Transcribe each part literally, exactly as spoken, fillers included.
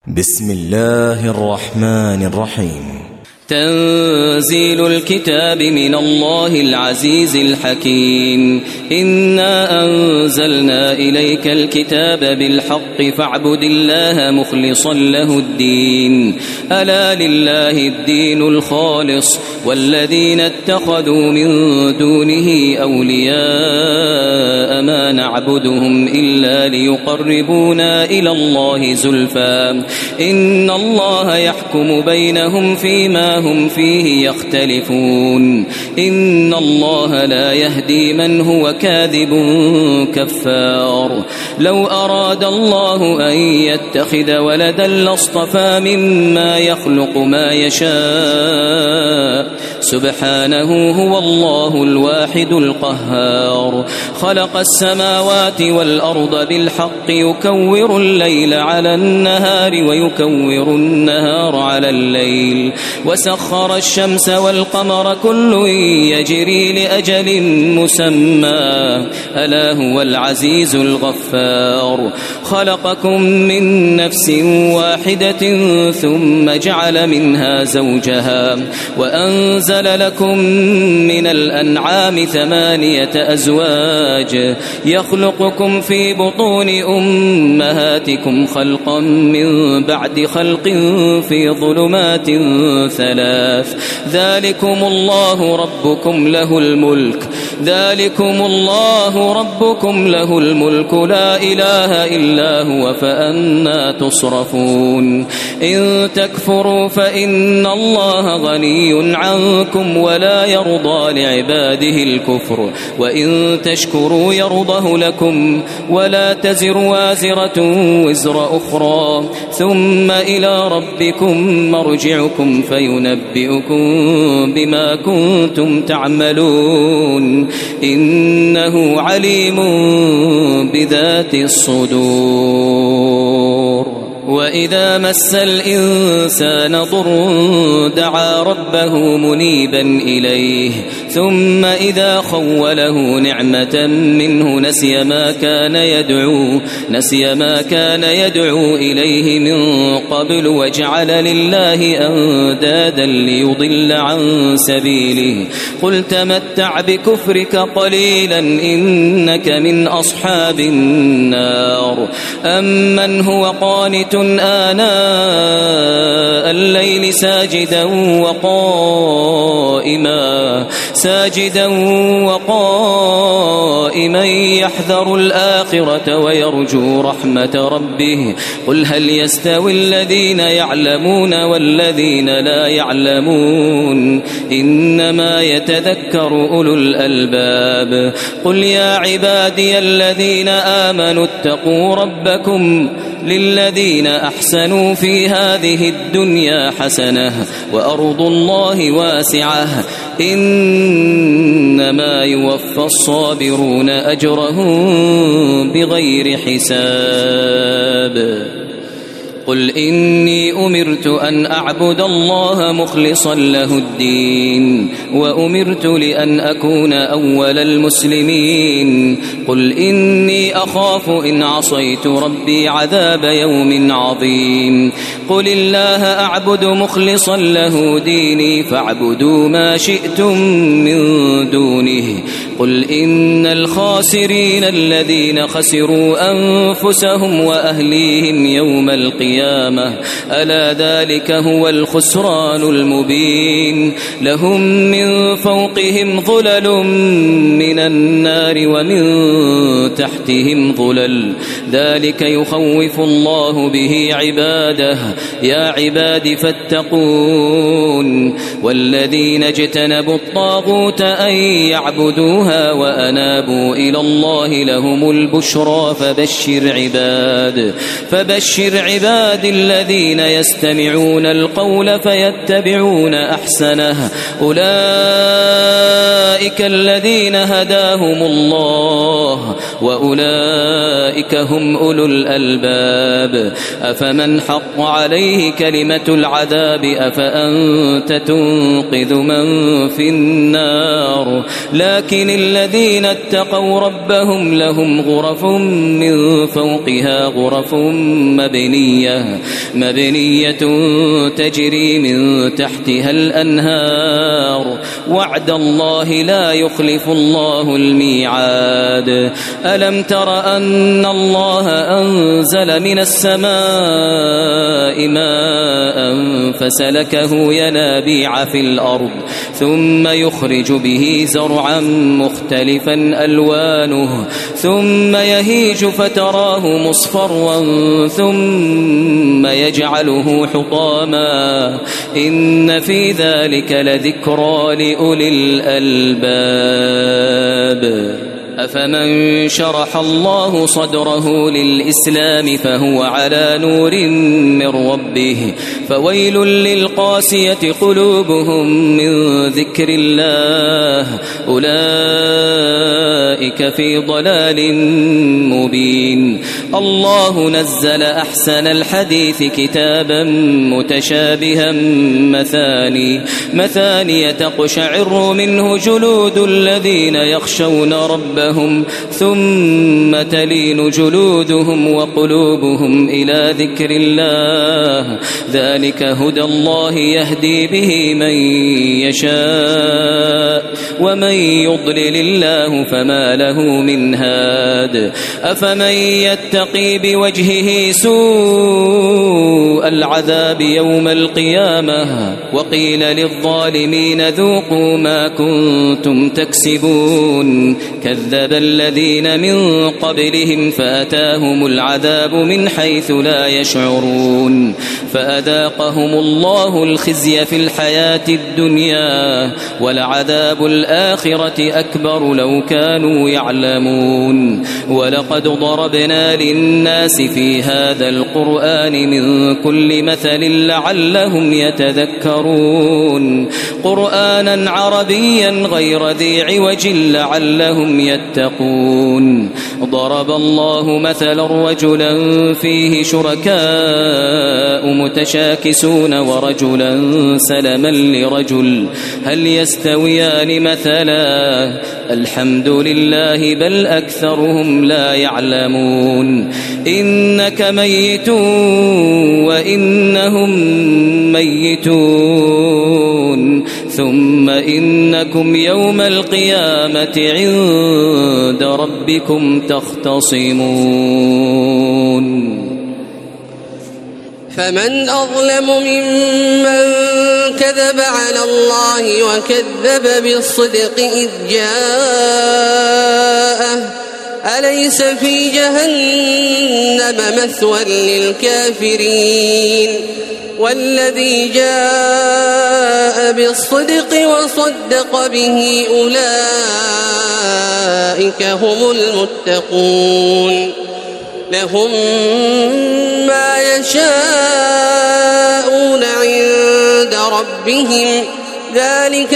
بسم الله الرحمن الرحيم. تنزيل الكتاب من الله العزيز الحكيم. إنا أنزلنا إليك الكتاب بالحق فاعبد الله مخلصا له الدين. ألا لله الدين الخالص والذين اتخذوا من دونه أولياء ما نعبدهم إلا ليقربونا إلى الله زلفى إن الله يحكم بينهم فيما هم فيه يختلفون. إن الله لا يهدي من هو كاذب كفار. لو أراد الله أن يتخذ ولدا لاصطفى مما يخلق ما يشاء سبحانه هو الله الواحد القهار. خلق السماوات والأرض بالحق يكور الليل على النهار ويكور النهار على الليل وسخر الشمس والقمر كل يجري لأجل مسمى ألا هو العزيز الغفار. خلقكم من نفس واحدة ثم جعل منها زوجها وأنزل لكم من الأنعام ثمانية أزواج يخلقكم في بطون أمهاتكم خلقا من بعد خلق في ظلمات ثلاث. ذلكم الله ربكم له الملك ذلكم الله ربكم له الملك لا إله إلا هو فأنى تصرفون. إن تكفروا فإن الله غني عنكم ولا يرضى لعباده الكفر وإن تشكروا يرضه لكم ولا تزر وازرة وزر أخرى ثم إلى ربكم مرجعكم فينبئكم بما كنتم تعملون إنه عليم بذات الصدور. وإذا مس الإنسان ضر دعا ربه منيبا إليه ثم إذا خوله نعمة منه نسي ما كان يدعو نسي ما كان يدعو إليه من قبل وجعل لله أندادا ليضل عن سبيله. قل تمتع بكفرك قليلا إنك من أصحاب النار. أمن هو قانت آناء الليل ساجدا وقائما ساجدا وقائما يحذر الآخرة ويرجو رحمة ربه. قل هل يستوي الذين يعلمون والذين لا يعلمون إنما يتذكر أولو الألباب. قل يا عبادي الذين آمنوا اتقوا ربكم للذين أحسنوا في هذه الدنيا حسنة وأرض الله واسعة إنما يوفى الصابرون أجرهم بغير حساب. قل إني أمرت أن أعبد الله مخلصا له الدين وأمرت لأن أكون أول المسلمين. قل إني أخاف إن عصيت ربي عذاب يوم عظيم. قل الله أعبد مخلصا له ديني فاعبدوا ما شئتم من دونه. قل إن الخاسرين الذين خسروا أنفسهم وأهليهم يوم القيامة ألا ذلك هو الخسران المبين. لهم من فوقهم ظلل من النار ومن تحتهم ظلل ذلك يخوف الله به عباده. يا عباد فاتقون. والذين اجتنبوا الطاغوت أن يعبدوها وأنابوا إلى الله لهم البشرى فبشر عباد فبشر عباد الذين يستمعون القول فيتبعون أحسنه أولئك الذين هداهم الله وأولئك هم أولو الألباب. أفمن حق عليه كلمة العذاب أفأنت تنقذ من في النار. لكن الذين اتقوا ربهم لهم غرف من فوقها غرف مبنية مبنية, مبنية تجري من تحتها الأنهار وعد الله لا يخلف الله الميعاد. ألم تر أن الله أنزل من السماء ماء فسلكه ينابيع في الأرض ثم يخرج به زرعا مختلفا ألوانه ثم يهيج فتراه مصفرا ثم يجعله حطاما إن في ذلك لذكرى لأولي الألباب. أفمن شرح الله صدره للإسلام فهو على نور من ربه فويل للقاسية قلوبهم من ذكر الله أولئك في ضلال مبين. الله نزل أحسن الحديث كتابا متشابها مثاني مثاني تقشعر منه جلود الذين يخشون ربهم ثم تلين جلودهم وقلوبهم إلى ذكر الله ذلك هدى الله يهدي به من يشاء ومن يضلل الله فما له من هاد. أفمن يتقي بوجهه سوء العذاب يوم القيامة وقيل للظالمين ذوقوا ما كنتم تكسبون كذب الذين من قبلهم فأتاهم العذاب من حيث لا يشعرون فأذاقهم الله الخزي في الحياة الدنيا ولعذاب الآخرة أكبر لو كانوا يعلمون. ولقد ضربنا للناس في هذا القرآن من كل مثل لعلهم يتذكرون قرآنا عربيا غير ذي عوج لعلهم يتقون. ضرب الله مثلا رجلا فيه شركاء متشاكسون ورجلا سلما لرجل هل يستويان مثلا الحمد لله بل أكثرهم لا يعلمون. إنك ميت وإنهم ميتون ثم إنكم يوم القيامة عند ربكم تختصمون. فمن أظلم ممن كذب على الله وكذب بالصدق إذ جاءه أليس في جهنم مثوى للكافرين والذي جاء بالصدق وصدق به أولئك هم المتقون. لهم ما يشاءون عند ربهم ذلك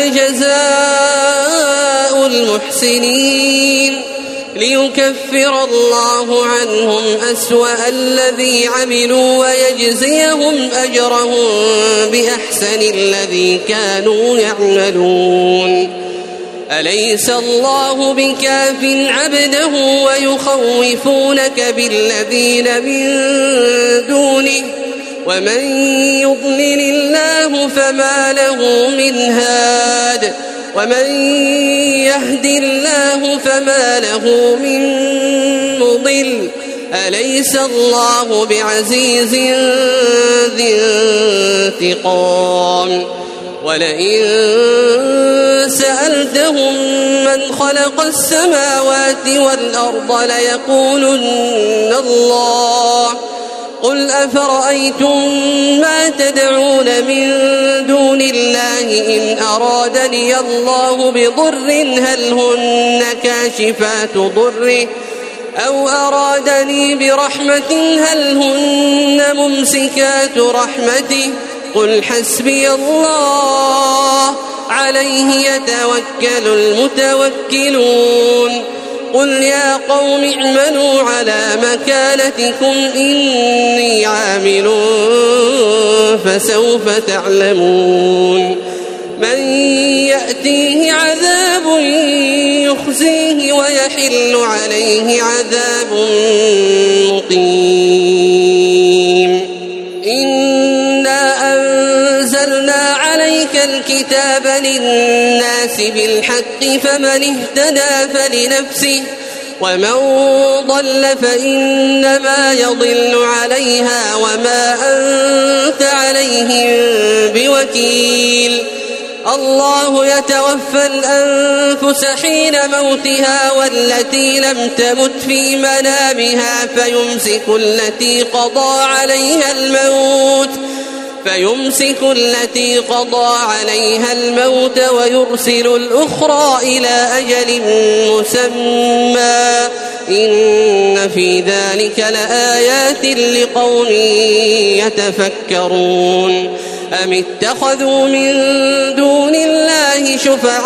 جزاء المحسنين ليكفر الله عنهم أسوأ الذي عملوا ويجزيهم أجرهم بأحسن الذي كانوا يعملون. أليس الله بكاف عبده ويخوفونك بالذين من دونه ومن يضلل الله فما له من هاد ومن يهد الله فما له من مضل. أليس الله بعزيز ذي انتقام. ولئن سألتهم من خلق السماوات والأرض ليقولن الله قل أفرأيتم ما تدعون من دون الله إن أرادني الله بضر هل هن كاشفات ضره أو أرادني برحمة هل هن ممسكات رحمته قل حسبي الله عليه يتوكل المتوكلون. قل يا قوم اعملوا على مكانتكم إني عامل فسوف تعلمون من يأتيه عذاب يخزيه ويحل عليه عذاب مقيم. إنا أنزلنا عليك الكتاب للناس بالحق فمن اهتدى فلنفسه ومن ضل فإنما يضل عليها وما أنت عليهم بوكيل. الله يتوفى الأنفس حين موتها والتي لم تمت في منامها فيمسك التي قضى عليها الموت فيمسك التي قضى عليها الموت ويرسل الأخرى إلى أجل مسمى إن في ذلك لآيات لقوم يتفكرون. أم اتخذوا من دون الله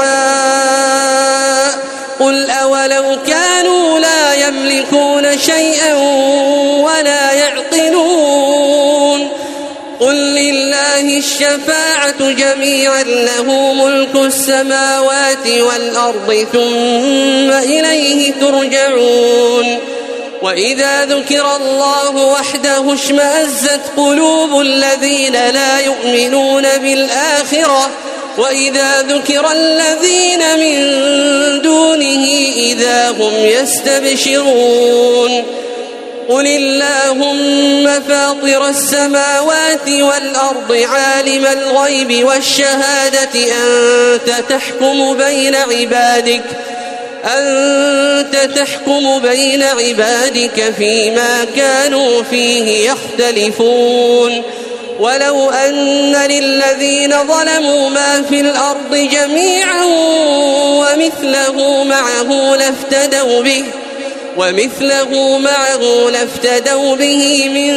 شفعاء قل أولو كانوا لا يملكون شيئا ولا يعقلون قل لله الشفاعة جميعا له ملك السماوات والأرض ثم إليه ترجعون. وإذا ذكر الله وحده اشمأزت قلوب الذين لا يؤمنون بالآخرة وإذا ذكر الذين من دونه إذا هم يستبشرون. قل اللهم فاطر السماوات والأرض عالم الغيب والشهادة أنت تحكم بين عبادك أنت تحكم بين عبادك فيما كانوا فيه يختلفون. ولو أن للذين ظلموا ما في الأرض جميعا ومثله معه لافتدوا به ومثله معه لافتدوا به من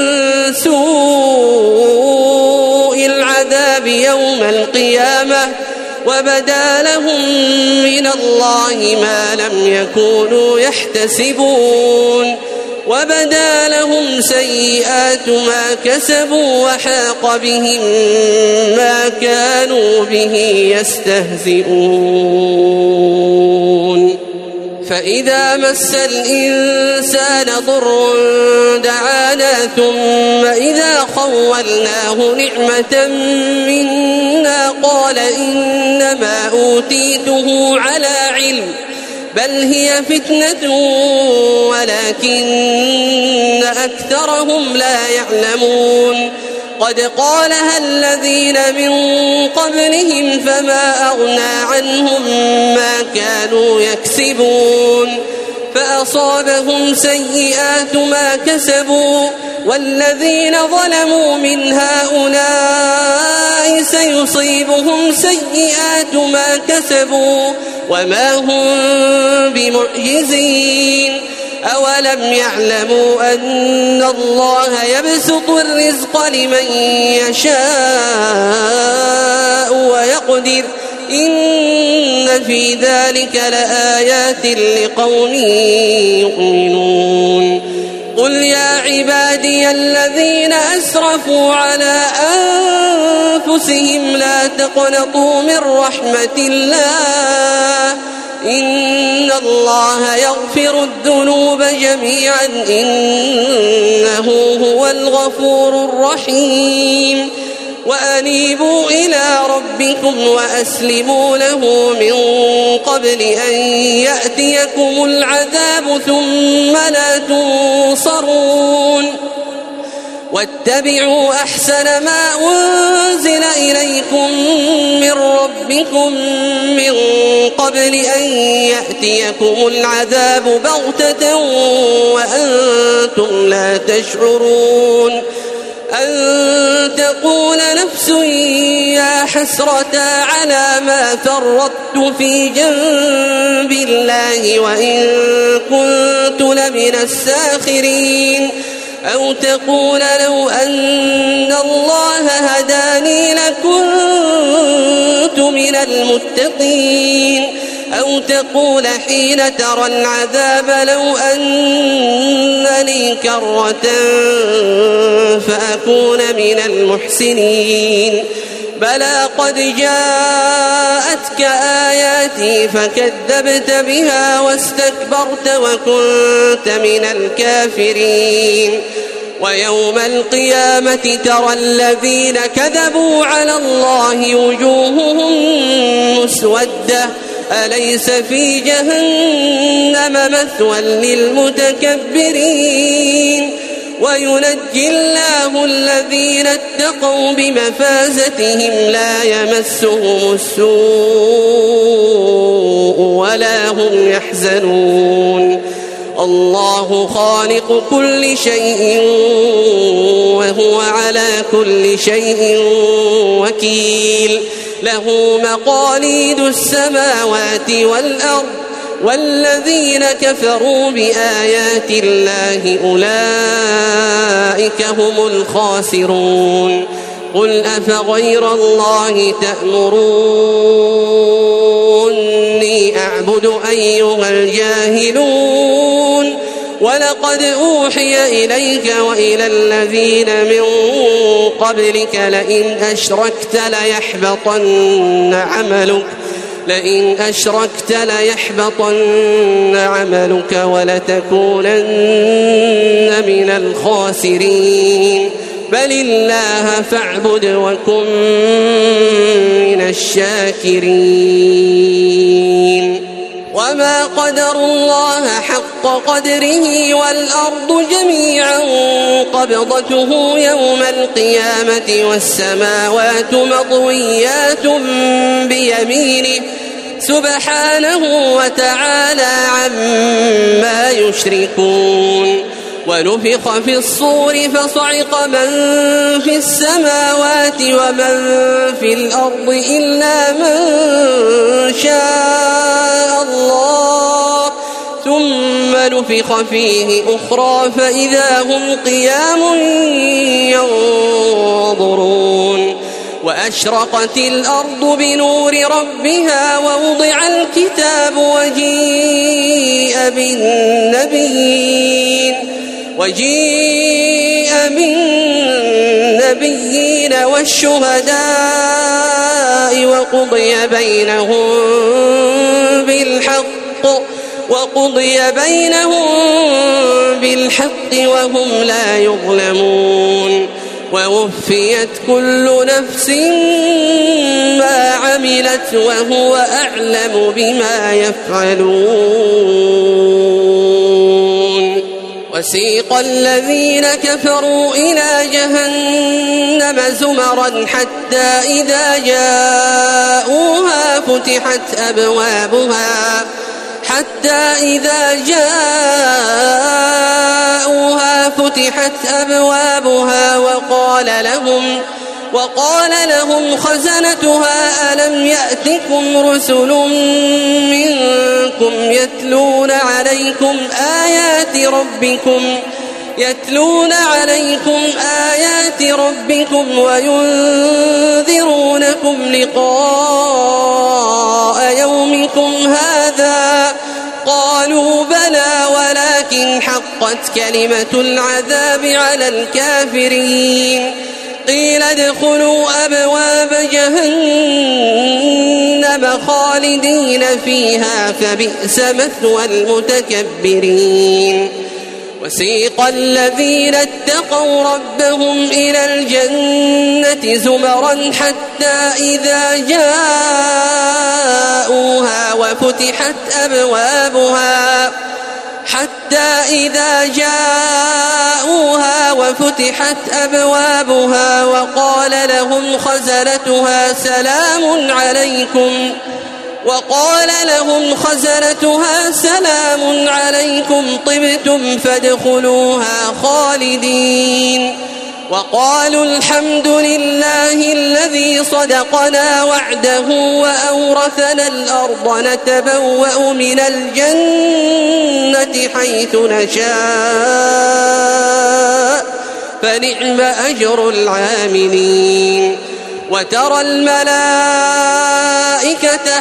سوء العذاب يوم القيامة وبدا لهم من الله ما لم يكونوا يحتسبون وبدا لهم سيئات ما كسبوا وحاق بهم ما كانوا به يستهزئون. فإذا مس الإنسان ضر دعانا ثم إذا خولناه نعمة منا قال إنما أوتيته على علم بل هي فتنة ولكن أكثرهم لا يعلمون. قد قالها الذين من قبلهم فما أغنى عنهم ما كانوا يكسبون فأصابهم سيئات ما كسبوا والذين ظلموا من هؤلاء سيصيبهم سيئات ما كسبوا وما هم بمعجزين. أولم يعلموا أن الله يبسط الرزق لمن يشاء ويقدر إن في ذلك لآيات لقوم يؤمنون. قل يا عبادي الذين أسرفوا على أنفسهم لا تقنطوا من رحمة الله إن الله يغفر الذنوب جميعا إنه هو الغفور الرحيم. وأنيبوا إلى ربكم وأسلموا له من قبل أن يأتيكم العذاب ثم لا تنصرون. واتبعوا أحسن ما أنزل إليكم من ربكم من قبل أن يأتيكم العذاب بغتة وأنتم لا تشعرون أن تقول نفس يا حسرة على ما فرطت في جنب الله وإن كنت لمن الساخرين أو تقول لو أن الله هداني لكنت من المتقين أو تقول حين ترى العذاب لو أن لي كرة فأكون من المحسنين بلى قد جاءتك آياتي فكذبت بها واستكبرت وكنت من الكافرين ويوم القيامة ترى الذين كذبوا على الله وجوههم مسودة أليس في جهنم مثوى للمتكبرين وينجي الله الذين اتقوا بمفازتهم لا يمسهم السوء ولا هم يحزنون الله خالق كل شيء وهو على كل شيء وكيل له مقاليد السماوات والأرض والذين كفروا بآيات الله أولئك هم الخاسرون قل أفغير الله تأمروني أعبد أيها الجاهلون ولقد أوحي إليك وإلى الذين من قبلك لئن أشركت ليحبطن عملك لئن أشركت ليحبطن عملك ولتكونن من الخاسرين بل الله فاعبد وكن من الشاكرين وما قدروا الله حق قدره والأرض جميعا قبضته يوم القيامة والسماوات مطويات بيمينه سبحانه وتعالى عما يشركون ونفخ في الصور فصعق من في السماوات ومن في الأرض إلا من شاء الله ثم نفخ فيه أخرى فإذا هم قيام ينظرون وأشرقت الأرض بنور ربها ووضع الكتاب وجيء بالنبيين وجيء بالنبيين والشهداء وقضي بينهم بالحق وقضي بينهم بالحق وهم لا يظلمون ووفيت كل نفس ما عملت وهو أعلم بما يفعلون وسيق الذين كفروا إلى جهنم زمرا حتى إذا جاءوها فتحت أبوابها حتى إذا جاءوها فتحت أبوابها وقال لهم وقال لهم خزنتها ألم يأتكم رسل منكم يتلون عليكم آيات ربكم يتلون عليكم آيات ربكم وينذرونكم لقاء يومكم هذا قالوا بلى ولكن حقت كلمة العذاب على الكافرين قيل ادخلوا أبواب جهنم خالدين فيها فبئس مثوى المتكبرين وسيق الذين اتقوا ربهم إلى الجنة زمرا حتى إذا جاءوها وفتحت أبوابها حتى إذا جاءوها وفتحت أبوابها وقال لهم خزنتها سلام عليكم وقال لهم خزنتها سلام عليكم طبتم فادخلوها خالدين وقالوا الحمد لله الذي صدقنا وعده وأورثنا الأرض نتبوأ من الجنة حيث نشاء فنعم أجر العاملين وترى الملائكة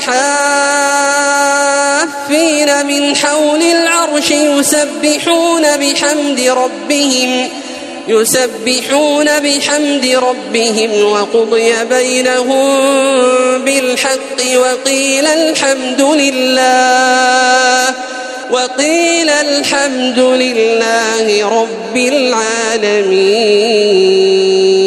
حافين من حول العرش يسبحون بحمد ربهم يسبحون بحمد ربهم وقضي بينهم بالحق وقيل الحمد لله وقيل الحمد لله رب العالمين.